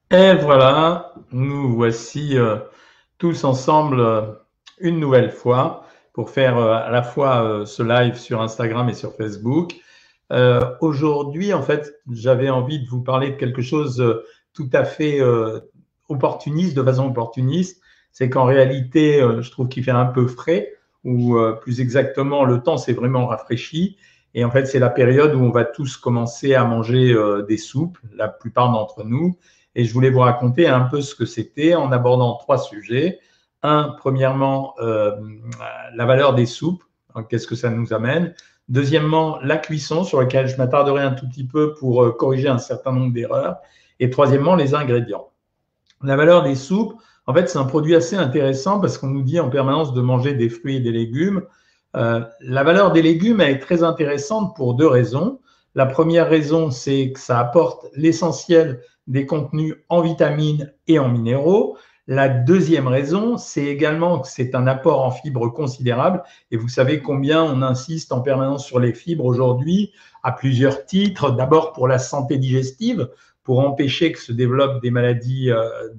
Et voilà, nous voici tous ensemble une nouvelle fois pour faire à la fois ce live sur Instagram et sur Facebook. Aujourd'hui, en fait, j'avais envie de vous parler de quelque chose tout à fait opportuniste, de façon opportuniste. C'est qu'en réalité, je trouve qu'il fait un peu frais, ou plus exactement, le temps s'est vraiment rafraîchi. Et en fait, c'est la période où on va tous commencer à manger des soupes, la plupart d'entre nous. Et je voulais vous raconter un peu ce que c'était en abordant trois sujets. Un, premièrement, la valeur des soupes. Qu'est-ce que ça nous amène? Deuxièmement, la cuisson, sur laquelle je m'attarderai un tout petit peu pour corriger un certain nombre d'erreurs. Et troisièmement, les ingrédients. La valeur des soupes, en fait, c'est un produit assez intéressant parce qu'on nous dit en permanence de manger des fruits et des légumes. La valeur des légumes elle est très intéressante pour deux raisons. La première raison, c'est que ça apporte l'essentiel des contenus en vitamines et en minéraux. La deuxième raison, c'est également que c'est un apport en fibres considérable. Et vous savez combien on insiste en permanence sur les fibres aujourd'hui à plusieurs titres. D'abord pour la santé digestive, pour empêcher que se développent des maladies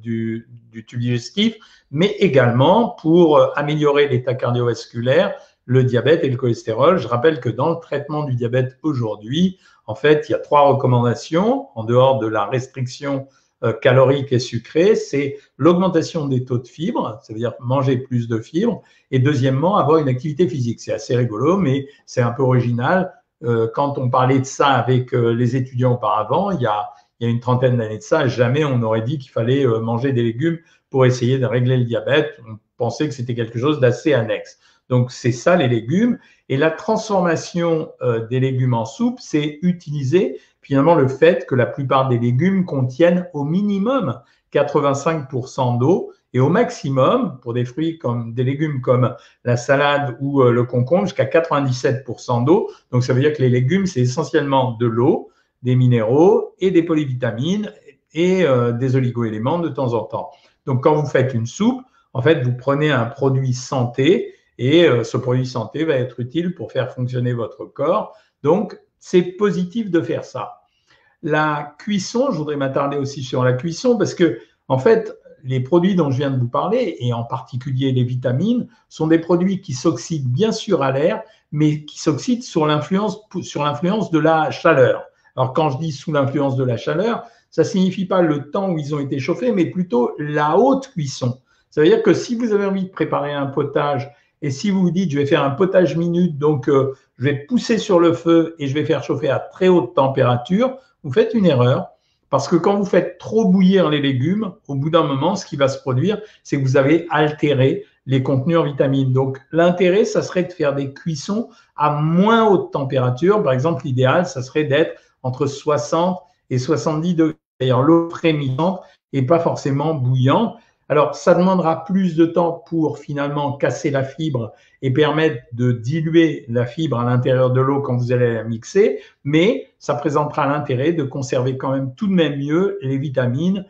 du tube digestif, mais également pour améliorer l'état cardiovasculaire, le diabète et le cholestérol. Je rappelle que dans le traitement du diabète aujourd'hui, en fait, il y a trois recommandations en dehors de la restriction calorique et sucrée. C'est l'augmentation des taux de fibres, ça veut dire manger plus de fibres, et deuxièmement, avoir une activité physique. C'est assez rigolo, mais c'est un peu original. Quand on parlait de ça avec les étudiants auparavant, il y a une trentaine d'années de ça, jamais on aurait dit qu'il fallait manger des légumes pour essayer de régler le diabète. On pensait que c'était quelque chose d'assez annexe. Donc, c'est ça les légumes. Et la transformation des légumes en soupe, c'est utiliser finalement le fait que la plupart des légumes contiennent au minimum 85% d'eau et au maximum, pour des fruits comme des légumes comme la salade ou le concombre, jusqu'à 97% d'eau. Donc, ça veut dire que les légumes, c'est essentiellement de l'eau, des minéraux et des polyvitamines et des oligoéléments de temps en temps. Donc, quand vous faites une soupe, en fait, vous prenez un produit santé et ce produit santé va être utile pour faire fonctionner votre corps. Donc, c'est positif de faire ça. La cuisson, je voudrais m'attarder aussi sur la cuisson parce que, en fait, les produits dont je viens de vous parler, et en particulier les vitamines, sont des produits qui s'oxydent bien sûr à l'air, mais qui s'oxydent sur l'influence de la chaleur. Alors, quand je dis sous l'influence de la chaleur, ça ne signifie pas le temps où ils ont été chauffés, mais plutôt la haute cuisson. Ça veut dire que si vous avez envie de préparer un potage et si vous vous dites je vais faire un potage minute, donc je vais pousser sur le feu et je vais faire chauffer à très haute température, vous faites une erreur. Parce que quand vous faites trop bouillir les légumes, au bout d'un moment, ce qui va se produire, c'est que vous avez altéré les contenus en vitamines. Donc, l'intérêt, ça serait de faire des cuissons à moins haute température. Par exemple, l'idéal, ça serait d'être entre 60 et 70 degrés. D'ailleurs, l'eau frémissante et pas forcément bouillante. Alors, ça demandera plus de temps pour finalement casser la fibre et permettre de diluer la fibre à l'intérieur de l'eau quand vous allez la mixer, mais ça présentera l'intérêt de conserver quand même tout de même mieux les vitamines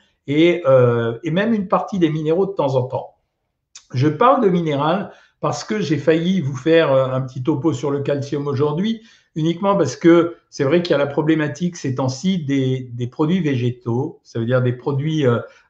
et même une partie des minéraux de temps en temps. Je parle de minéral parce que j'ai failli vous faire un petit topo sur le calcium aujourd'hui, uniquement parce que c'est vrai qu'il y a la problématique ces temps-ci des produits végétaux, ça veut dire des produits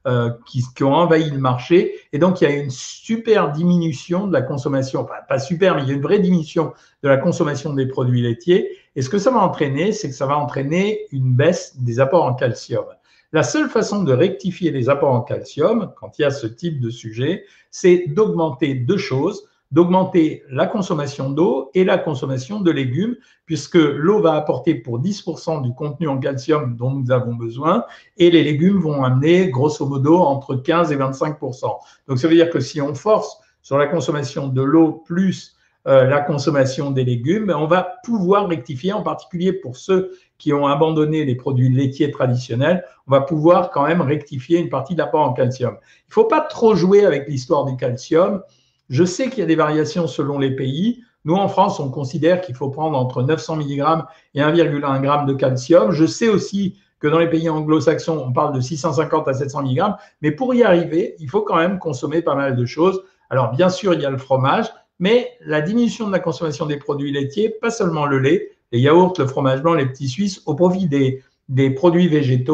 qui ont envahi le marché, et donc il y a une super diminution de la consommation, enfin pas super, mais il y a une vraie diminution de la consommation des produits laitiers, et ce que ça va entraîner, c'est que ça va entraîner une baisse des apports en calcium. La seule façon de rectifier les apports en calcium, quand il y a ce type de sujet, c'est d'augmenter deux choses, d'augmenter la consommation d'eau et la consommation de légumes, puisque l'eau va apporter pour 10% du contenu en calcium dont nous avons besoin, et les légumes vont amener grosso modo entre 15 et 25%. Donc ça veut dire que si on force sur la consommation de l'eau plus la consommation des légumes, on va pouvoir rectifier, en particulier pour ceux qui ont abandonné les produits laitiers traditionnels, on va pouvoir quand même rectifier une partie de l'apport en calcium. Il ne faut pas trop jouer avec l'histoire du calcium. Je sais qu'il y a des variations selon les pays. Nous, en France, on considère qu'il faut prendre entre 900 mg et 1,1 g de calcium. Je sais aussi que dans les pays anglo-saxons, on parle de 650 à 700 mg. Mais pour y arriver, il faut quand même consommer pas mal de choses. Alors, bien sûr, il y a le fromage, mais la diminution de la consommation des produits laitiers, pas seulement le lait, les yaourts, le fromage blanc, les petits suisses, au profit des produits végétaux,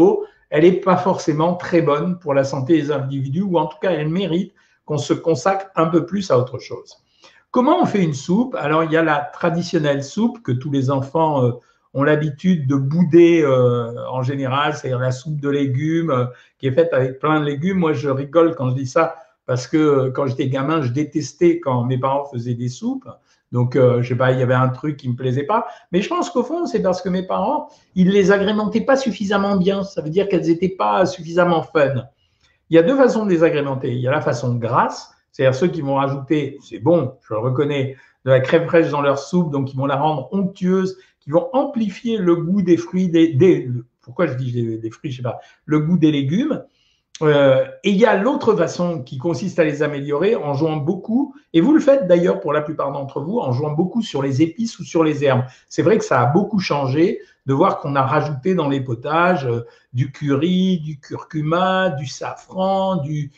elle n'est pas forcément très bonne pour la santé des individus, ou en tout cas, elle mérite qu'on se consacre un peu plus à autre chose. Comment on fait une soupe? Alors, il y a la traditionnelle soupe que tous les enfants ont l'habitude de bouder en général, c'est-à-dire la soupe de légumes qui est faite avec plein de légumes. Moi, je rigole quand je dis ça parce que quand j'étais gamin, je détestais quand mes parents faisaient des soupes. Donc, je sais pas, il y avait un truc qui me plaisait pas. Mais je pense qu'au fond, c'est parce que mes parents, ils les agrémentaient pas suffisamment bien. Ça veut dire qu'elles n'étaient pas suffisamment fun. Il y a deux façons de les agrémenter. Il y a la façon grasse, c'est-à-dire ceux qui vont rajouter, c'est bon, je le reconnais, de la crème fraîche dans leur soupe, donc ils vont la rendre onctueuse, qui vont amplifier le goût des fruits, pourquoi je dis des fruits, je sais pas, le goût des légumes. Et il y a l'autre façon qui consiste à les améliorer en jouant beaucoup, et vous le faites d'ailleurs pour la plupart d'entre vous, en jouant beaucoup sur les épices ou sur les herbes. C'est vrai que ça a beaucoup changé de voir qu'on a rajouté dans les potages du curry, du curcuma, du safran, du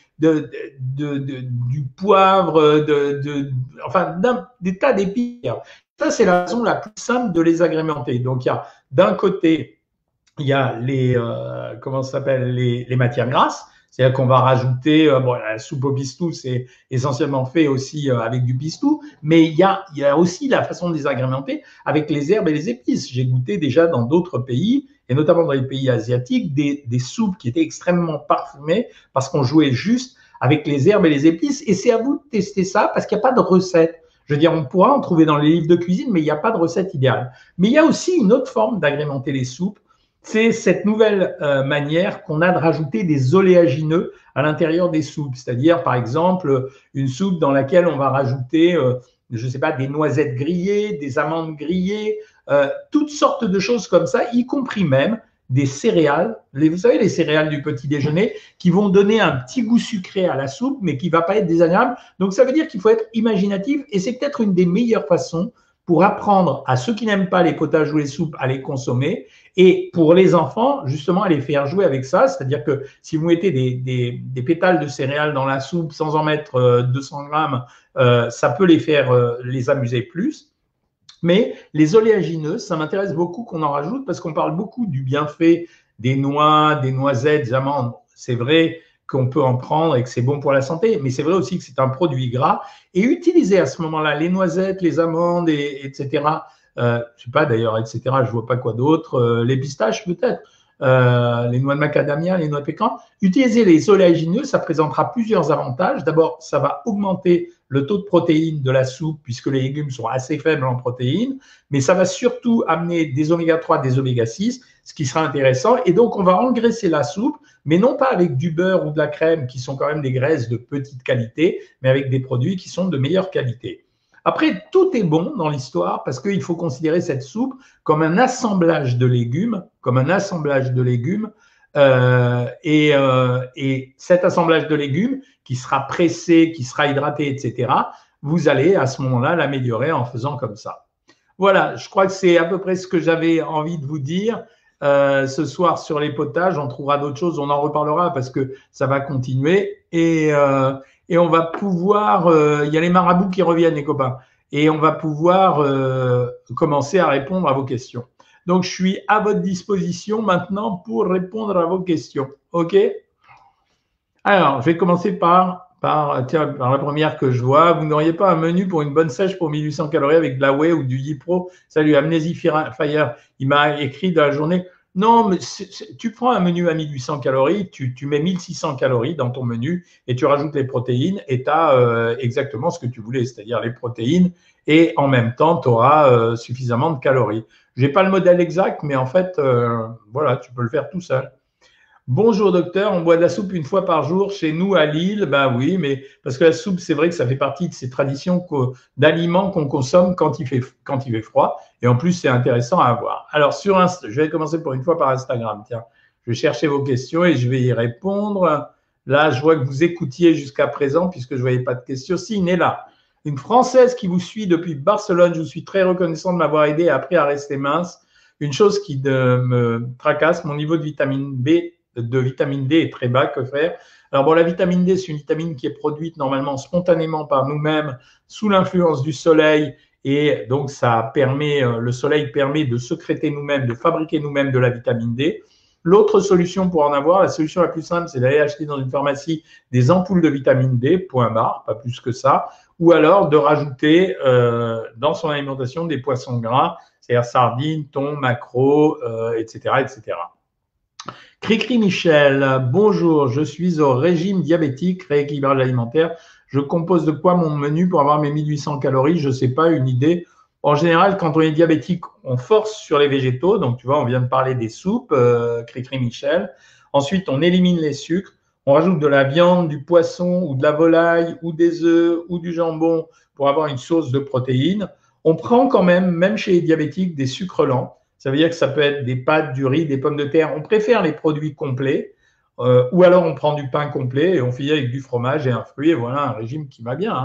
poivre, enfin des tas d'épices. Ça, c'est la façon la plus simple de les agrémenter. Donc, il y a d'un côté il y a comment ça s'appelle, les matières grasses, c'est-à-dire qu'on va rajouter, bon, la soupe au pistou, c'est essentiellement fait aussi avec du pistou, mais il y a aussi la façon de les agrémenter avec les herbes et les épices. J'ai goûté déjà dans d'autres pays, et notamment dans les pays asiatiques, des soupes qui étaient extrêmement parfumées parce qu'on jouait juste avec les herbes et les épices, et c'est à vous de tester ça parce qu'il n'y a pas de recette. Je veux dire, on pourra en trouver dans les livres de cuisine, mais il n'y a pas de recette idéale. Mais il y a aussi une autre forme d'agrémenter les soupes, c'est cette nouvelle manière qu'on a de rajouter des oléagineux à l'intérieur des soupes. C'est-à-dire, par exemple, une soupe dans laquelle on va rajouter, je ne sais pas, des noisettes grillées, des amandes grillées, toutes sortes de choses comme ça, y compris même des céréales. Vous savez, les céréales du petit déjeuner qui vont donner un petit goût sucré à la soupe, mais qui ne va pas être désagréable. Donc, ça veut dire qu'il faut être imaginatif et c'est peut-être une des meilleures façons pour apprendre à ceux qui n'aiment pas les potages ou les soupes à les consommer et pour les enfants, justement, à les faire jouer avec ça. C'est-à-dire que si vous mettez des pétales de céréales dans la soupe sans en mettre 200 grammes, ça peut les faire les amuser plus. Mais les oléagineux, ça m'intéresse beaucoup qu'on en rajoute parce qu'on parle beaucoup du bienfait des noix, des noisettes, des amandes. C'est vrai qu'on peut en prendre et que c'est bon pour la santé, mais c'est vrai aussi que c'est un produit gras. Et utiliser à ce moment-là les noisettes, les amandes, etc. Je ne sais pas d'ailleurs, etc. Je ne vois pas quoi d'autre. Les pistaches peut-être. Les noix de macadamia, les noix de pécan. Utiliser les oléagineux, ça présentera plusieurs avantages. D'abord, ça va augmenter le taux de protéines de la soupe puisque les légumes sont assez faibles en protéines, mais ça va surtout amener des oméga 3, des oméga 6, ce qui sera intéressant. Et donc, on va engraisser la soupe, mais non pas avec du beurre ou de la crème qui sont quand même des graisses de petite qualité, mais avec des produits qui sont de meilleure qualité. Après, tout est bon dans l'histoire parce qu'il faut considérer cette soupe comme un assemblage de légumes, et cet assemblage de légumes qui sera pressé, qui sera hydraté, etc., vous allez à ce moment-là l'améliorer en faisant comme ça. Voilà, je crois que c'est à peu près ce que j'avais envie de vous dire. Ce soir sur les potages, on trouvera d'autres choses, on en reparlera parce que ça va continuer et on va pouvoir, il y a les marabouts qui reviennent les copains, et on va pouvoir commencer à répondre à vos questions. Donc je suis à votre disposition maintenant pour répondre à vos questions, ok? Alors, je vais commencer par la première que je vois. Vous n'auriez pas un menu pour une bonne sèche pour 1800 calories avec de la whey ou du Yipro? Salut, Amnésie Fire. Il m'a écrit dans la journée. Non, mais tu prends un menu à 1800 calories, tu mets 1600 calories dans ton menu et tu rajoutes les protéines et tu as exactement ce que tu voulais, c'est-à-dire les protéines et en même temps, tu auras suffisamment de calories. Je n'ai pas le modèle exact, mais en fait, voilà, tu peux le faire tout seul. Bonjour docteur, on boit de la soupe une fois par jour chez nous à Lille. Ben oui, mais parce que la soupe, c'est vrai que ça fait partie de ces traditions d'aliments qu'on consomme quand il fait froid. Et en plus, c'est intéressant à avoir. Alors, je vais commencer pour une fois par Instagram. Tiens, je vais chercher vos questions et je vais y répondre. Là, je vois que vous écoutiez jusqu'à présent puisque je ne voyais pas de questions. Si, il est là. Une Française qui vous suit depuis Barcelone, je vous suis très reconnaissant de m'avoir aidé et appris à rester mince. Une chose qui me tracasse, mon niveau de vitamine D est très bas, que faire? Alors bon, la vitamine D, c'est une vitamine qui est produite normalement spontanément par nous-mêmes sous l'influence du soleil et donc le soleil permet de sécréter nous-mêmes, de fabriquer nous-mêmes de la vitamine D. L'autre solution pour en avoir, la solution la plus simple, c'est d'aller acheter dans une pharmacie des ampoules de vitamine D, point barre, pas plus que ça, ou alors de rajouter dans son alimentation des poissons gras, c'est-à-dire sardines, thon, maquereau, etc., etc. Cricri Michel, bonjour, je suis au régime diabétique, rééquilibrage alimentaire. Je compose de quoi mon menu pour avoir mes 1800 calories? Je ne sais pas, une idée. En général, quand on est diabétique, on force sur les végétaux. Donc, tu vois, on vient de parler des soupes, Cricri Michel. Ensuite, on élimine les sucres. On rajoute de la viande, du poisson ou de la volaille ou des œufs ou du jambon pour avoir une source de protéines. On prend quand même chez les diabétiques, des sucres lents. Ça veut dire que ça peut être des pâtes, du riz, des pommes de terre. On préfère les produits complets. Ou alors on prend du pain complet et on finit avec du fromage et un fruit. Et voilà un régime qui va bien.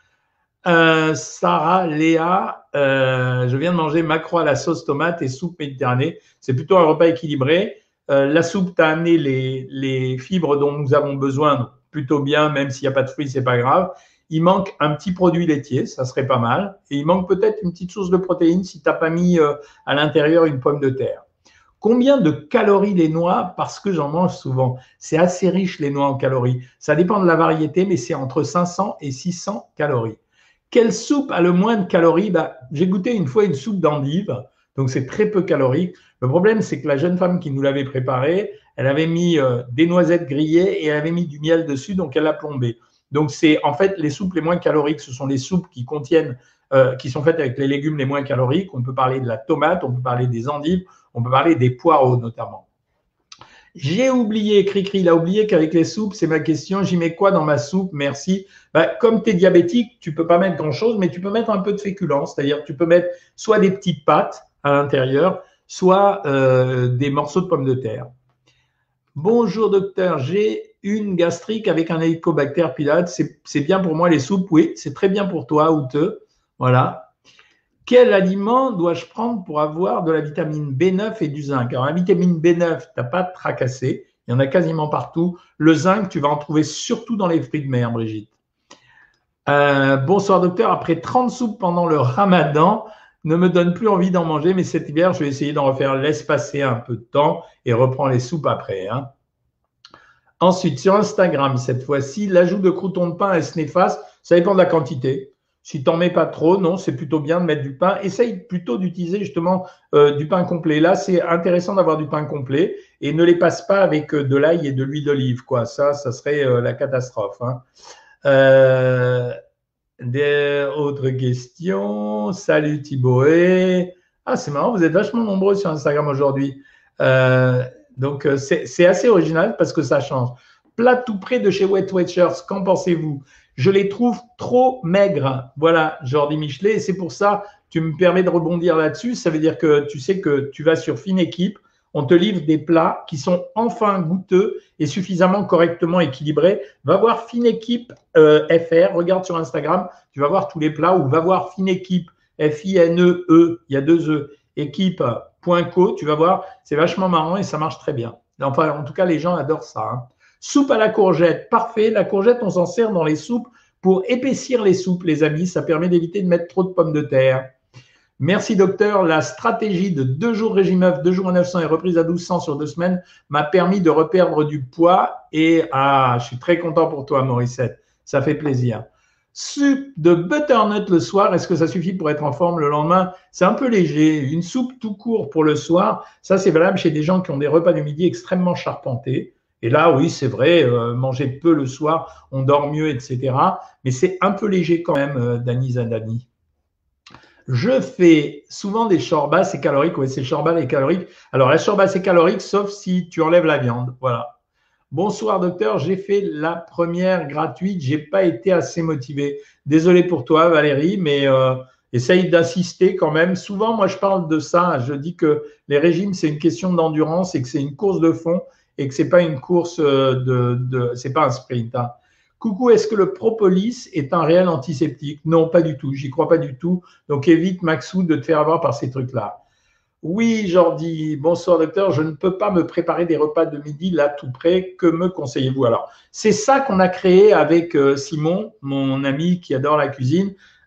Sarah, Léa, je viens de manger maquereau à la sauce tomate et soupe méditerranée. C'est plutôt un repas équilibré. La soupe t'a amené les fibres dont nous avons besoin, donc plutôt bien, même s'il n'y a pas de fruits, c'est pas grave. Il manque un petit produit laitier, ça serait pas mal. Et il manque peut-être une petite source de protéines si tu n'as pas mis à l'intérieur une pomme de terre. Combien de calories les noix? Parce que j'en mange souvent. C'est assez riche les noix en calories. Ça dépend de la variété, mais c'est entre 500 et 600 calories. Quelle soupe a le moins de calories? J'ai goûté une fois une soupe d'endive, donc c'est très peu calorique. Le problème, c'est que la jeune femme qui nous l'avait préparée, elle avait mis des noisettes grillées et elle avait mis du miel dessus, donc elle l'a plombé. Donc c'est en fait les soupes les moins caloriques, ce sont les soupes qui contiennent, qui sont faites avec les légumes les moins caloriques. On peut parler de la tomate, on peut parler des endives, on peut parler des poireaux notamment. J'ai oublié, Cricri, il a oublié qu'avec les soupes, c'est ma question, j'y mets quoi dans ma soupe? Merci. Comme tu es diabétique, tu ne peux pas mettre grand-chose, mais tu peux mettre un peu de féculents, c'est-à-dire que tu peux mettre soit des petites pâtes à l'intérieur, soit des morceaux de pommes de terre. Bonjour docteur, j'ai une gastrique avec un Helicobacter pylori. C'est bien pour moi les soupes? Oui, c'est très bien pour toi, Outeux. Voilà. Quel aliment dois-je prendre pour avoir de la vitamine B9 et du zinc? Alors, la vitamine B9, tu n'as pas de tracasser. Il y en a quasiment partout. Le zinc, tu vas en trouver surtout dans les fruits de mer, Brigitte. Bonsoir, docteur. Après 30 soupes pendant le ramadan, ne me donne plus envie d'en manger, mais cet hiver, je vais essayer d'en refaire. Laisse passer un peu de temps et reprends les soupes après. Ensuite, sur Instagram, cette fois-ci, l'ajout de croûtons de pain est néfaste. Ça dépend de la quantité. Si tu n'en mets pas trop, non, c'est plutôt bien de mettre du pain. Essaye plutôt d'utiliser justement du pain complet. Là, c'est intéressant d'avoir du pain complet et ne les passe pas avec de l'ail et de l'huile d'olive, quoi. Ça serait la catastrophe. Des autres questions. Salut Thibaut. Ah, c'est marrant, vous êtes vachement nombreux sur Instagram aujourd'hui. Donc, c'est assez original parce que ça change. Plat tout près de chez Wet Watchers, qu'en pensez-vous? Je les trouve trop maigres. Voilà, Jordi Michelet. Et c'est pour ça, tu me permets de rebondir là-dessus. Ça veut dire que tu sais que tu vas sur Fine Équipe, on te livre des plats qui sont enfin goûteux et suffisamment correctement équilibrés. Va voir Fine Équipe FR, regarde sur Instagram, tu vas voir tous les plats, ou va voir Fine Équipe, F-I-N-E-E, il y a 2 E, équipe.co, tu vas voir, c'est vachement marrant et ça marche très bien. Enfin, en tout cas, les gens adorent ça. Soupe à la courgette, parfait. La courgette, on s'en sert dans les soupes pour épaissir les soupes, les amis. Ça permet d'éviter de mettre trop de pommes de terre. Merci docteur. La stratégie de 2 jours régime œuf, 2 jours à 900 et reprise à 1200 sur 2 semaines m'a permis de reperdre du poids. Et je suis très content pour toi, Morissette. Ça fait plaisir. Soupe de butternut le soir, est-ce que ça suffit pour être en forme le lendemain? C'est un peu léger. Une soupe tout court pour le soir, ça c'est valable chez des gens qui ont des repas du midi extrêmement charpentés. Et là, oui, c'est vrai, manger peu le soir, on dort mieux, etc. Mais c'est un peu léger quand même, Dani Zadani. Je fais souvent des shorbas, c'est calorique. Oui, c'est shorbas et calorique. Alors, la shorba, c'est calorique, sauf si tu enlèves la viande. Voilà. Bonsoir, docteur. J'ai fait la première gratuite. Je n'ai pas été assez motivé. Désolé pour toi, Valérie, mais essaye d'assister quand même. Souvent, moi, je parle de ça. Je dis que les régimes, c'est une question d'endurance et que c'est une course de fond et que ce n'est pas une course c'est pas un sprint. Coucou, est-ce que le propolis est un réel antiseptique? Non, pas du tout. J'y crois pas du tout. Donc, évite, Maxou, de te faire avoir par ces trucs-là. Oui, Jordi, bonsoir docteur, je ne peux pas me préparer des repas de midi là tout près, que me conseillez-vous? Alors, c'est ça qu'on a créé avec Simon, mon ami qui adore la cuisine.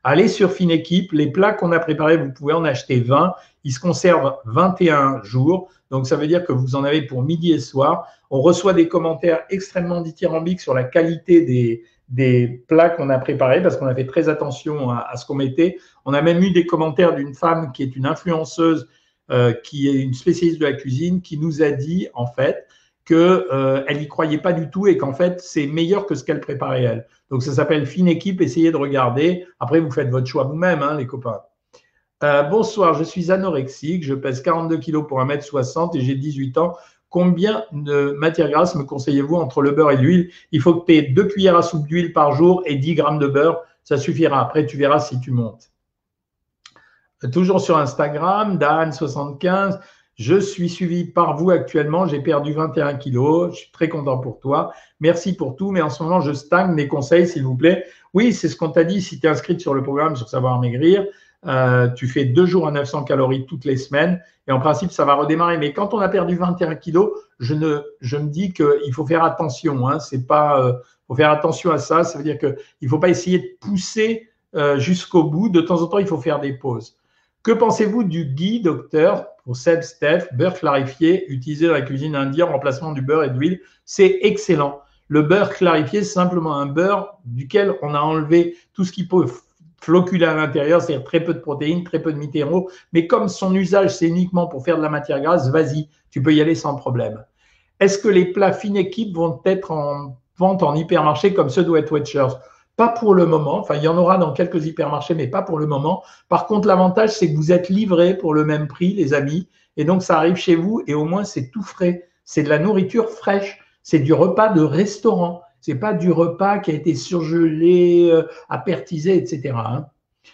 Allez sur Fine Équipe, les plats qu'on a préparés, vous pouvez en acheter 20. Ils se conservent 21 jours. Donc, ça veut dire que vous en avez pour midi et soir. On reçoit des commentaires extrêmement dithyrambiques sur la qualité des plats qu'on a préparés parce qu'on a fait très attention à ce qu'on mettait. On a même eu des commentaires d'une femme qui est une influenceuse, qui est une spécialiste de la cuisine, qui nous a dit en fait qu'elle n'y croyait pas du tout et qu'en fait, c'est meilleur que ce qu'elle préparait elle. Donc, ça s'appelle Fine Équipe. Essayez de regarder. Après, vous faites votre choix vous-même, hein, les copains. Bonsoir, je suis anorexique. Je pèse 42 kilos pour 1m60 et j'ai 18 ans. Combien de matières grasses me conseillez-vous entre le beurre et l'huile? Il faut que tu aies 2 cuillères à soupe d'huile par jour et 10 grammes de beurre. Ça suffira. Après, tu verras si tu montes. Toujours sur Instagram, Dan75. Je suis suivi par vous actuellement. J'ai perdu 21 kilos. Je suis très content pour toi. Merci pour tout. Mais en ce moment, je stagne. Mes conseils, s'il vous plaît. Oui, c'est ce qu'on t'a dit. Si tu es inscrite sur le programme sur Savoir Maigrir, tu fais 2 jours à 900 calories toutes les semaines. Et en principe, ça va redémarrer. Mais quand on a perdu 21 kilos, je me dis qu'il faut faire attention. Hein. C'est pas, faut faire attention à ça. Ça veut dire qu'il ne faut pas essayer de pousser jusqu'au bout. De temps en temps, il faut faire des pauses. Que pensez-vous du ghee, docteur, pour Seb Steph, beurre clarifié, utilisé dans la cuisine indienne en remplacement du beurre et de l'huile? C'est excellent. Le beurre clarifié, c'est simplement un beurre duquel on a enlevé tout ce qui peut floculer à l'intérieur, c'est-à-dire très peu de protéines, très peu de minéraux. Mais comme son usage, c'est uniquement pour faire de la matière grasse, vas-y, tu peux y aller sans problème. Est-ce que les plats Fine Équipe vont être en vente en hypermarché comme ceux de Weight Watchers? Pas pour le moment. Enfin, il y en aura dans quelques hypermarchés, mais pas pour le moment. Par contre, l'avantage, c'est que vous êtes livrés pour le même prix, les amis. Et donc, ça arrive chez vous et au moins, c'est tout frais. C'est de la nourriture fraîche. C'est du repas de restaurant. Ce n'est pas du repas qui a été surgelé, apertisé, etc. Hein.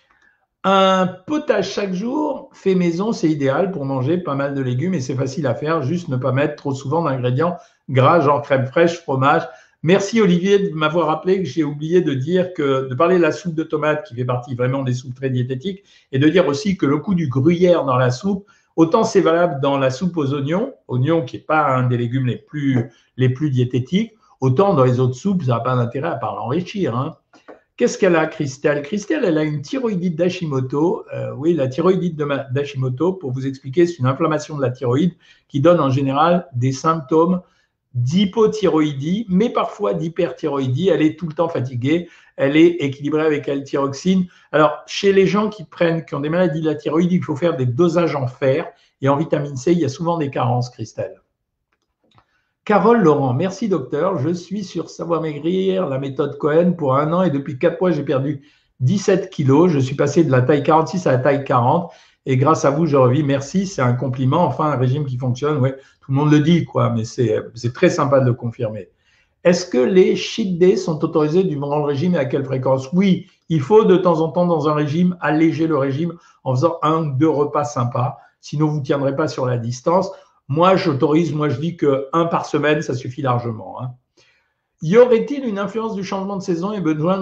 Un potage chaque jour fait maison, c'est idéal pour manger pas mal de légumes et c'est facile à faire. Juste ne pas mettre trop souvent d'ingrédients gras, genre crème fraîche, fromage. Merci Olivier de m'avoir rappelé que j'ai oublié de parler de la soupe de tomate qui fait partie vraiment des soupes très diététiques et de dire aussi que le coup du gruyère dans la soupe, autant c'est valable dans la soupe aux oignons qui n'est pas un des légumes les plus diététiques, autant dans les autres soupes, ça n'a pas d'intérêt à part l'enrichir. Hein. Qu'est-ce qu'elle a, Christelle? Christelle, elle a une thyroïdite d'Hashimoto. Oui, la thyroïdite d'Hashimoto, pour vous expliquer, c'est une inflammation de la thyroïde qui donne en général des symptômes d'hypothyroïdie, mais parfois d'hyperthyroïdie. Elle est tout le temps fatiguée, elle est équilibrée avec la thyroxine. Alors, chez les gens qui ont des maladies de la thyroïde, il faut faire des dosages en fer et en vitamine C, il y a souvent des carences, Christelle. Carole Laurent, merci docteur. Je suis sur Savoir Maigrir, la méthode Cohen pour 1 an et depuis 4 mois, j'ai perdu 17 kilos. Je suis passé de la taille 46 à la taille 40 et grâce à vous, je revis. Merci, c'est un compliment. Enfin, un régime qui fonctionne, ouais, tout le monde le dit, quoi, mais c'est très sympa de le confirmer. Est-ce que les cheat days sont autorisés durant le régime et à quelle fréquence? Oui, il faut de temps en temps dans un régime alléger le régime en faisant 1 ou 2 repas sympas. Sinon, vous ne tiendrez pas sur la distance. Moi, je dis que 1 par semaine, ça suffit largement. Hein. Y aurait-il une influence du changement de saison et besoin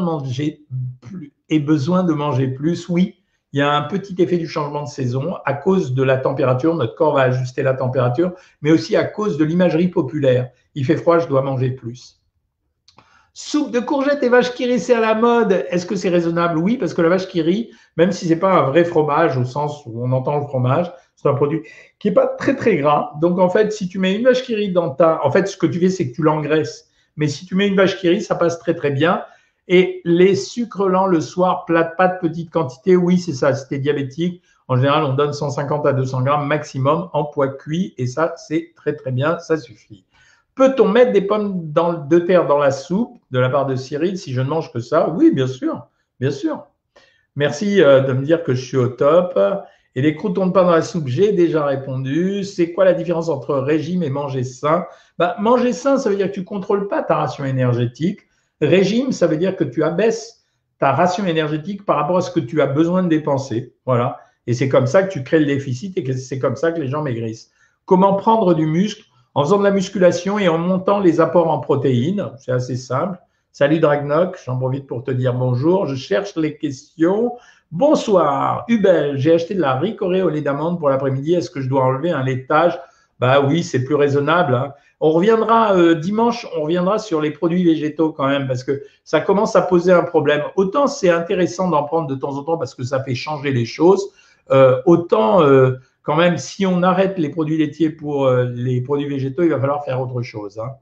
de manger plus? Oui, il y a un petit effet du changement de saison à cause de la température. Notre corps va ajuster la température, mais aussi à cause de l'imagerie populaire. Il fait froid, je dois manger plus. Soupe de courgettes et vache qui rit, c'est à la mode. Est-ce que c'est raisonnable? Oui, parce que la vache qui rit, même si ce n'est pas un vrai fromage au sens où on entend le fromage, c'est un produit qui n'est pas très, très gras. Donc, en fait, si tu mets une vache qui rit En fait, ce que tu fais, c'est que tu l'engraisses. Mais si tu mets une vache qui rit, ça passe très, très bien. Et les sucres lents le soir, plat de pâtes, petite quantité, oui, c'est ça. Si tu es diabétique, en général, on donne 150 à 200 grammes maximum en poids cuit. Et ça, c'est très, très bien. Ça suffit. Peut-on mettre des pommes de terre dans la soupe de la part de Cyril si je ne mange que ça? Oui, bien sûr. Bien sûr. Merci de me dire que je suis au top. Et les croûtons de pain dans la soupe, j'ai déjà répondu. C'est quoi la différence entre régime et manger sain? Manger sain, ça veut dire que tu ne contrôles pas ta ration énergétique. Régime, ça veut dire que tu abaisses ta ration énergétique par rapport à ce que tu as besoin de dépenser. Voilà. Et c'est comme ça que tu crées le déficit et que c'est comme ça que les gens maigrissent. Comment prendre du muscle? En faisant de la musculation et en montant les apports en protéines. C'est assez simple. Salut Dragnoc, j'en profite pour te dire bonjour. Je cherche les questions. Bonsoir, Hubel, j'ai acheté de la ricorée au lait d'amande pour l'après-midi. Est-ce que je dois enlever un laitage? Oui, c'est plus raisonnable. Hein. On reviendra dimanche, on reviendra sur les produits végétaux quand même, parce que ça commence à poser un problème. Autant c'est intéressant d'en prendre de temps en temps parce que ça fait changer les choses, autant quand même, si on arrête les produits laitiers pour les produits végétaux, il va falloir faire autre chose, hein.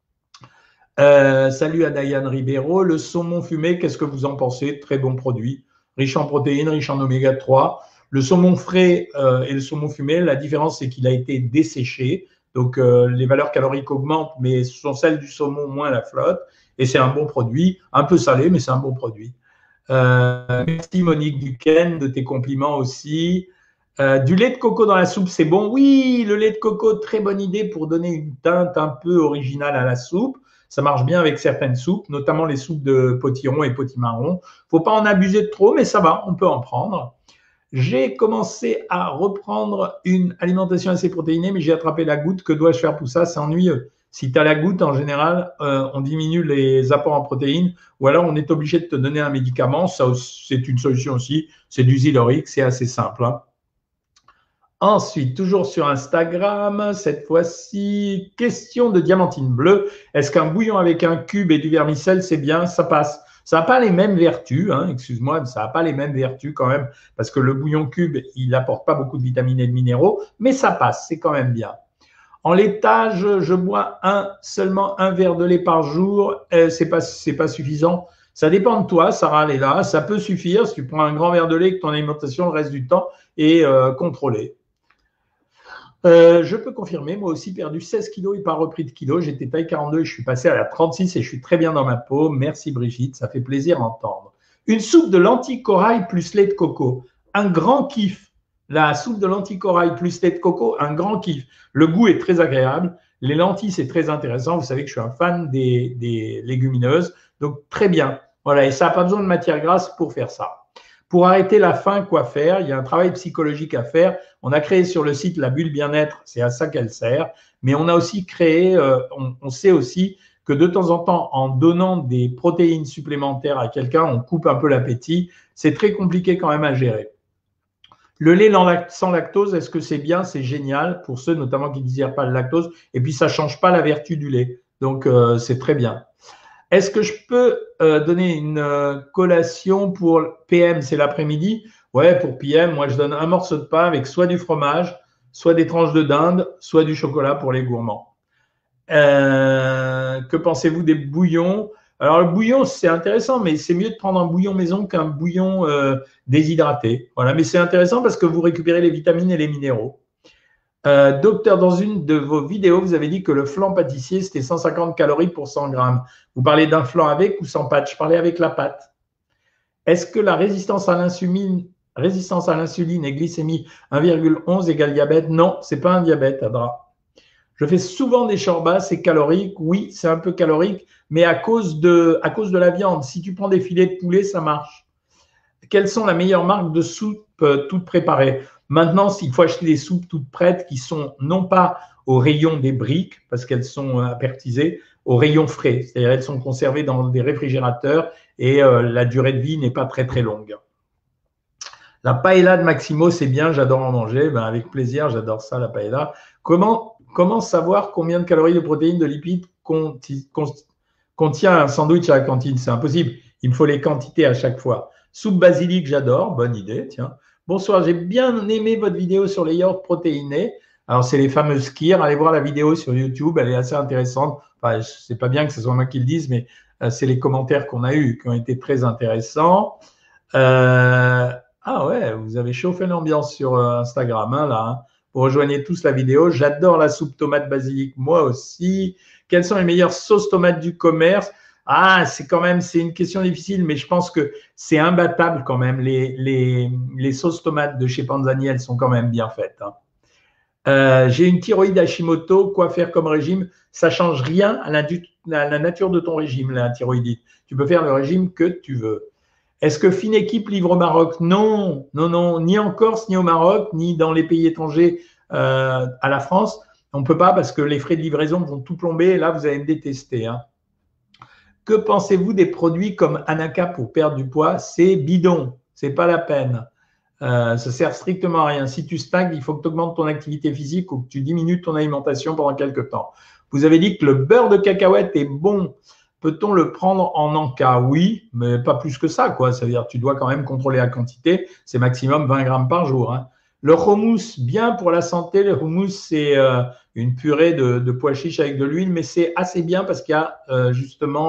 Salut à Diane Ribeiro. Le saumon fumé, qu'est-ce que vous en pensez? Très bon produit, riche en protéines, riche en oméga 3. Le saumon frais et le saumon fumé, la différence, c'est qu'il a été desséché. Donc, les valeurs caloriques augmentent, mais ce sont celles du saumon moins la flotte. Et c'est un bon produit, un peu salé, mais c'est un bon produit. Merci Monique Duquesne de tes compliments aussi. Du lait de coco dans la soupe, c'est bon. Oui, le lait de coco, très bonne idée pour donner une teinte un peu originale à la soupe. Ça marche bien avec certaines soupes, notamment les soupes de potiron et potimarron. Faut pas en abuser de trop, mais ça va, on peut en prendre. J'ai commencé à reprendre une alimentation assez protéinée, mais j'ai attrapé la goutte. Que dois-je faire pour ça? C'est ennuyeux. Si tu as la goutte, en général, on diminue les apports en protéines ou alors on est obligé de te donner un médicament. Ça, c'est une solution aussi. C'est du Zyloric, c'est assez simple, hein. Ensuite, toujours sur Instagram, cette fois-ci, question de Diamantine Bleue. Est-ce qu'un bouillon avec un cube et du vermicelle, c'est bien? Ça passe. Ça n'a pas les mêmes vertus, hein, excuse-moi, mais ça n'a pas les mêmes vertus quand même, parce que le bouillon cube, il n'apporte pas beaucoup de vitamines et de minéraux, mais ça passe, c'est quand même bien. En laitage, je bois seulement un verre de lait par jour. C'est pas suffisant. Ça dépend de toi, Sarah Léla. Ça peut suffire si tu prends un grand verre de lait que ton alimentation le reste du temps est contrôlée. Je peux confirmer, moi aussi, perdu 16 kilos et pas repris de kilos. J'étais taille 42 et je suis passé à la 36 et je suis très bien dans ma peau. Merci Brigitte, ça fait plaisir d'entendre. Une soupe de lentilles corail plus lait de coco. Un grand kiff. La soupe de lentilles corail plus lait de coco, un grand kiff. Le goût est très agréable. Les lentilles, c'est très intéressant. Vous savez que je suis un fan des légumineuses. Donc, très bien. Voilà, et ça n'a pas besoin de matière grasse pour faire ça. Pour arrêter la faim, quoi faire? Il y a un travail psychologique à faire. On a créé sur le site la bulle bien-être, c'est à ça qu'elle sert. Mais on a aussi créé, on sait aussi que de temps en temps, en donnant des protéines supplémentaires à quelqu'un, on coupe un peu l'appétit. C'est très compliqué quand même à gérer. Le lait sans lactose, est-ce que c'est bien? C'est génial pour ceux notamment qui ne digèrent pas le lactose. Et puis, ça ne change pas la vertu du lait. Donc, c'est très bien. Est-ce que je peux donner une collation pour PM? C'est l'après-midi. Ouais, pour PM, moi, je donne un morceau de pain avec soit du fromage, soit des tranches de dinde, soit du chocolat pour les gourmands. Que pensez-vous des bouillons? Alors, le bouillon, c'est intéressant, mais c'est mieux de prendre un bouillon maison qu'un bouillon déshydraté. Voilà, mais c'est intéressant parce que vous récupérez les vitamines et les minéraux. Docteur, dans une de vos vidéos, vous avez dit que le flan pâtissier, c'était 150 calories pour 100 grammes. Vous parlez d'un flan avec ou sans pâte? Je parlais avec la pâte. Est-ce que la résistance à l'insuline et glycémie 1,11 égale diabète? Non, ce n'est pas un diabète, Adra. Je fais souvent des chorbas, c'est calorique. Oui, c'est un peu calorique, mais à cause de la viande. Si tu prends des filets de poulet, ça marche. Quelles sont la meilleure marque de soupe toute préparée? Maintenant, il faut acheter des soupes toutes prêtes qui sont non pas au rayon des briques, parce qu'elles sont apertisées, au rayon frais. C'est-à-dire elles sont conservées dans des réfrigérateurs et la durée de vie n'est pas très très longue. La paella de Maximo, c'est bien, j'adore en manger. Ben, avec plaisir, j'adore ça, la paella. Comment savoir combien de calories, de protéines, de lipides contient un sandwich à la cantine? C'est impossible. Il me faut les quantités à chaque fois. Soupe basilic, j'adore. Bonne idée, tiens. Bonsoir, j'ai bien aimé votre vidéo sur les yaourts protéinés. Alors, c'est les fameuses Kir. Allez voir la vidéo sur YouTube, elle est assez intéressante. Enfin, c'est pas bien que ce soit moi qui le dise, mais c'est les commentaires qu'on a eus qui ont été très intéressants. Ah ouais, vous avez chauffé l'ambiance sur Instagram, hein, là. Hein. Vous rejoignez tous la vidéo. J'adore la soupe tomate basilic, moi aussi. Quelles sont les meilleures sauces tomates du commerce? Ah, c'est une question difficile, mais je pense que c'est imbattable quand même. Les sauces tomates de chez Panzani, elles sont quand même bien faites, hein. J'ai une thyroïde Hashimoto, quoi faire comme régime? Ça change rien à la nature de ton régime, la thyroïdite. Tu peux faire le régime que tu veux. Est-ce que Fine Équipe livre au Maroc? Non, non, non, ni en Corse, ni au Maroc, ni dans les pays étrangers à la France. On ne peut pas parce que les frais de livraison vont tout plomber. Et là, vous allez me détester, hein. Que pensez-vous des produits comme Anaka pour perdre du poids? C'est bidon, c'est pas la peine. Ça sert strictement à rien. Si tu stagnes, il faut que tu augmentes ton activité physique ou que tu diminues ton alimentation pendant quelques temps. Vous avez dit que le beurre de cacahuète est bon. Peut-on le prendre en encas? Oui, mais pas plus que ça, quoi. Ça veut dire que tu dois quand même contrôler la quantité. C'est maximum 20 grammes par jour, hein. Le hummus, bien pour la santé. Le hummus, c'est une purée de pois chiches avec de l'huile, mais c'est assez bien parce qu'il y a justement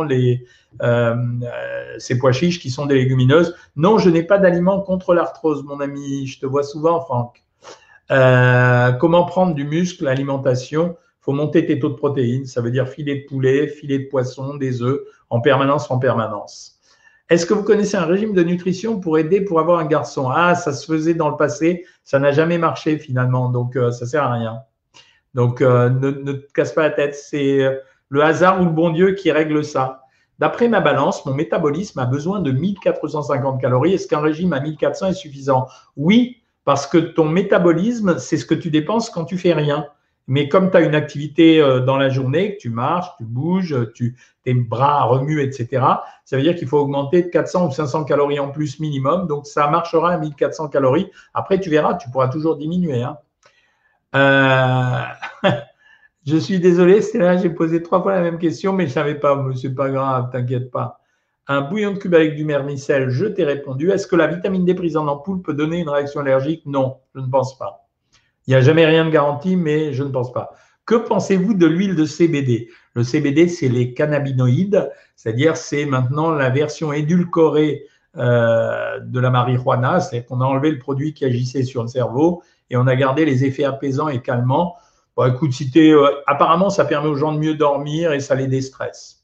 ces pois chiches qui sont des légumineuses. Non, je n'ai pas d'aliment contre l'arthrose, mon ami. Je te vois souvent, Franck. Comment prendre du muscle? Alimentation. Il faut monter tes taux de protéines. Ça veut dire filet de poulet, filet de poisson, des œufs, en permanence, en permanence. Est-ce que vous connaissez un régime de nutrition pour aider pour avoir un garçon? Ah, ça se faisait dans le passé, ça n'a jamais marché finalement, donc ça sert à rien. Donc ne te casse pas la tête, c'est le hasard ou le bon Dieu qui règle ça. D'après ma balance, mon métabolisme a besoin de 1450 calories. Est-ce qu'un régime à 1400 est suffisant? Oui, parce que ton métabolisme, c'est ce que tu dépenses quand tu fais rien. Mais comme tu as une activité dans la journée, que tu marches, tu bouges, tes bras remuent, etc., ça veut dire qu'il faut augmenter de 400 ou 500 calories en plus minimum. Donc, ça marchera à 1400 calories. Après, tu verras, tu pourras toujours diminuer, hein. Je suis désolé, c'est là, j'ai posé 3 fois la même question, mais je ne savais pas, mais c'est pas grave, t'inquiète pas. Un bouillon de cube avec du vermicelle, je t'ai répondu. Est-ce que la vitamine D prise en ampoule peut donner une réaction allergique? Non, je ne pense pas. Il n'y a jamais rien de garanti, mais je ne pense pas. Que pensez-vous de l'huile de CBD? Le CBD, c'est les cannabinoïdes, c'est-à-dire c'est maintenant la version édulcorée de la marijuana, c'est-à-dire qu'on a enlevé le produit qui agissait sur le cerveau et on a gardé les effets apaisants et calmants. Bon, écoute, apparemment, ça permet aux gens de mieux dormir et ça les déstresse.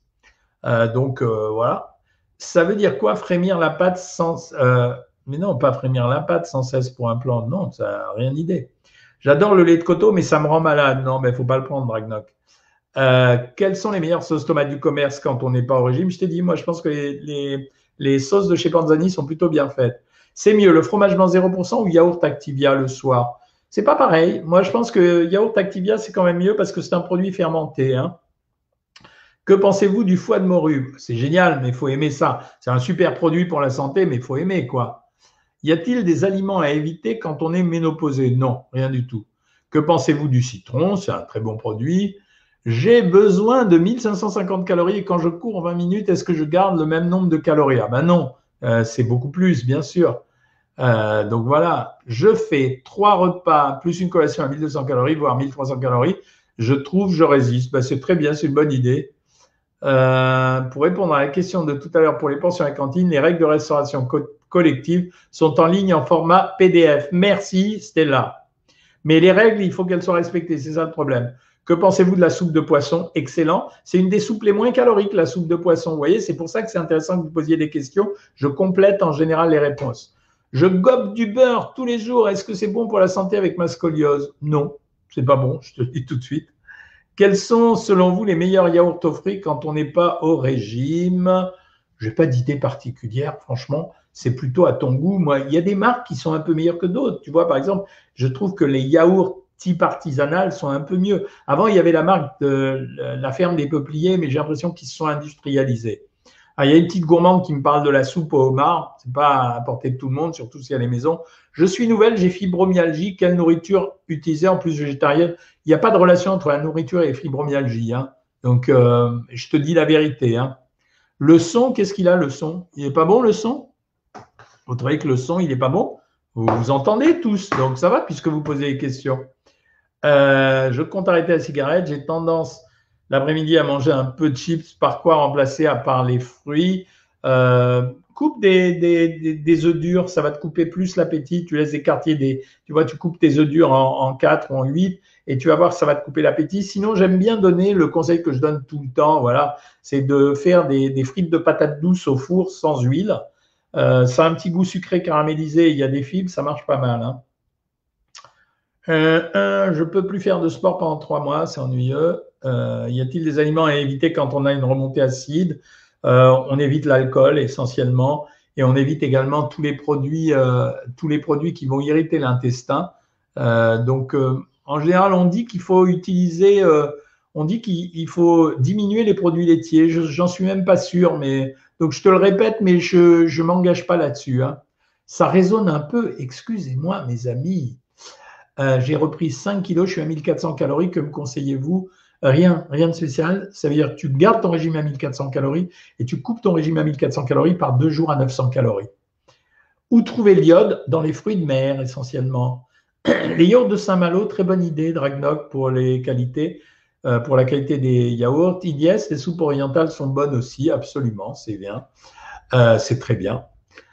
Voilà. Ça veut dire quoi, frémir la pâte sans… mais non, pas frémir la pâte sans cesse pour un plan. Non, ça n'a rien d'idée. J'adore le lait de coteau, mais ça me rend malade. Non, mais il ne faut pas le prendre, Bragnoc. Quelles sont les meilleures sauces tomates du commerce quand on n'est pas au régime? Je t'ai dit, moi, je pense que les sauces de chez Panzani sont plutôt bien faites. C'est mieux, le fromage blanc 0% ou yaourt Activia le soir? C'est pas pareil. Moi, je pense que yaourt Activia, c'est quand même mieux parce que c'est un produit fermenté, hein. Que pensez-vous du foie de morue? C'est génial, mais il faut aimer ça. C'est un super produit pour la santé, mais il faut aimer, quoi. Y a-t-il des aliments à éviter quand on est ménopausé? Non, rien du tout. Que pensez-vous du citron? C'est un très bon produit. J'ai besoin de 1550 calories et quand je cours 20 minutes, est-ce que je garde le même nombre de calories? Ah ben non, c'est beaucoup plus, bien sûr. Donc voilà, je fais 3 repas plus une collation à 1200 calories, voire 1300 calories. Je trouve, je résiste. Ben, c'est très bien, c'est une bonne idée. Pour répondre à la question de tout à l'heure pour les pensions à la cantine, les règles de restauration collective sont en ligne en format PDF. Merci Stella. Mais les règles, il faut qu'elles soient respectées, c'est ça le problème. Que pensez-vous de la soupe de poisson? Excellent. C'est une des soupes les moins caloriques, la soupe de poisson. Vous voyez, c'est pour ça que c'est intéressant que vous posiez des questions. Je complète en général les réponses. Je gobe du beurre tous les jours. Est-ce que c'est bon pour la santé avec ma scoliose? Non, c'est pas bon, je te le dis tout de suite. Quels sont, selon vous, les meilleurs yaourts aux fruits quand on n'est pas au régime? Je n'ai pas d'idée particulière, franchement. C'est plutôt à ton goût. Moi, il y a des marques qui sont un peu meilleures que d'autres. Tu vois, par exemple, je trouve que les yaourts type artisanal sont un peu mieux. Avant, il y avait la marque de la ferme des Peupliers, mais j'ai l'impression qu'ils se sont industrialisés. Ah, il y a une petite gourmande qui me parle de la soupe au homard. C'est pas à portée de tout le monde, surtout s'il y a les maisons. Je suis nouvelle, j'ai fibromyalgie. Quelle nourriture utiliser en plus végétarienne? Il n'y a pas de relation entre la nourriture et la fibromyalgie, hein. Donc, je te dis la vérité, hein. Le son, qu'est-ce qu'il a, le son? Il n'est pas bon, le son? Vous trouvez que le son, il n'est pas bon? Vous vous entendez tous, donc ça va puisque vous posez les questions. Je compte arrêter la cigarette. J'ai tendance l'après-midi à manger un peu de chips. Par quoi remplacer à part les fruits? Coupe des œufs durs, ça va te couper plus l'appétit. Tu laisses des quartiers, tu vois, tu coupes tes œufs durs en 4 ou en 8 et tu vas voir que ça va te couper l'appétit. Sinon, j'aime bien donner le conseil que je donne tout le temps, voilà, c'est de faire des frites de patates douces au four sans huile. Ça a un petit goût sucré caramélisé, il y a des fibres, ça marche pas mal, hein. Je peux plus faire de sport pendant 3 mois, c'est ennuyeux. Y a-t-il des aliments à éviter quand on a une remontée acide? On évite l'alcool essentiellement et on évite également tous les produits qui vont irriter l'intestin. En général, on dit qu'il faut diminuer les produits laitiers. J'en suis même pas sûr, mais donc je te le répète, mais je m'engage pas là-dessus, hein. Ça résonne un peu. Excusez-moi, mes amis. J'ai repris 5 kilos, je suis à 1400 calories. Que me conseillez-vous? Rien, rien de spécial. Ça veut dire que tu gardes ton régime à 1400 calories et tu coupes ton régime à 1400 calories par 2 jours à 900 calories. Où trouver l'iode? Dans les fruits de mer, essentiellement. Les yaourts de Saint-Malo, très bonne idée, Dragnoc, pour les qualités, pour la qualité des yaourts. Idiès, les soupes orientales sont bonnes aussi, absolument, c'est bien. C'est très bien.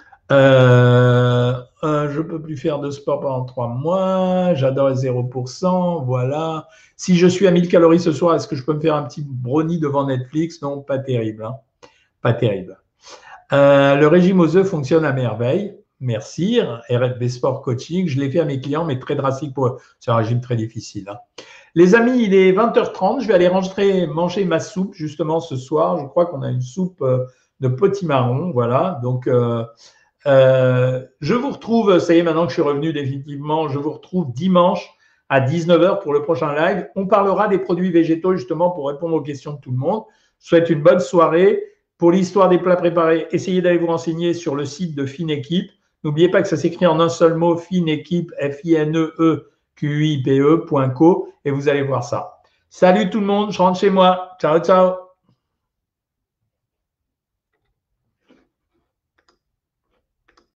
Je ne peux plus faire de sport pendant 3 mois. J'adore les 0%. Voilà. Si je suis à 1000 calories ce soir, est-ce que je peux me faire un petit brownie devant Netflix? Non, pas terrible. Hein. Pas terrible. Le régime aux œufs fonctionne à merveille. Merci. RFB Sport Coaching. Je l'ai fait à mes clients, mais très drastique pour eux. C'est un régime très difficile. Hein. Les amis, il est 20h30. Je vais aller manger ma soupe justement ce soir. Je crois qu'on a une soupe de potimarron. Voilà. Donc, je vous retrouve, ça y est, maintenant que je suis revenu définitivement, je vous retrouve dimanche à 19h pour le prochain live. On parlera des produits végétaux justement pour répondre aux questions de tout le monde. Je vous souhaite une bonne soirée. Pour l'histoire des plats préparés, essayez d'aller vous renseigner sur le site de Fine Équipe. N'oubliez pas que ça s'écrit en un seul mot, Fine Équipe, FINEEQIPE.co et vous allez voir ça. Salut tout le monde, je rentre chez moi. Ciao, ciao.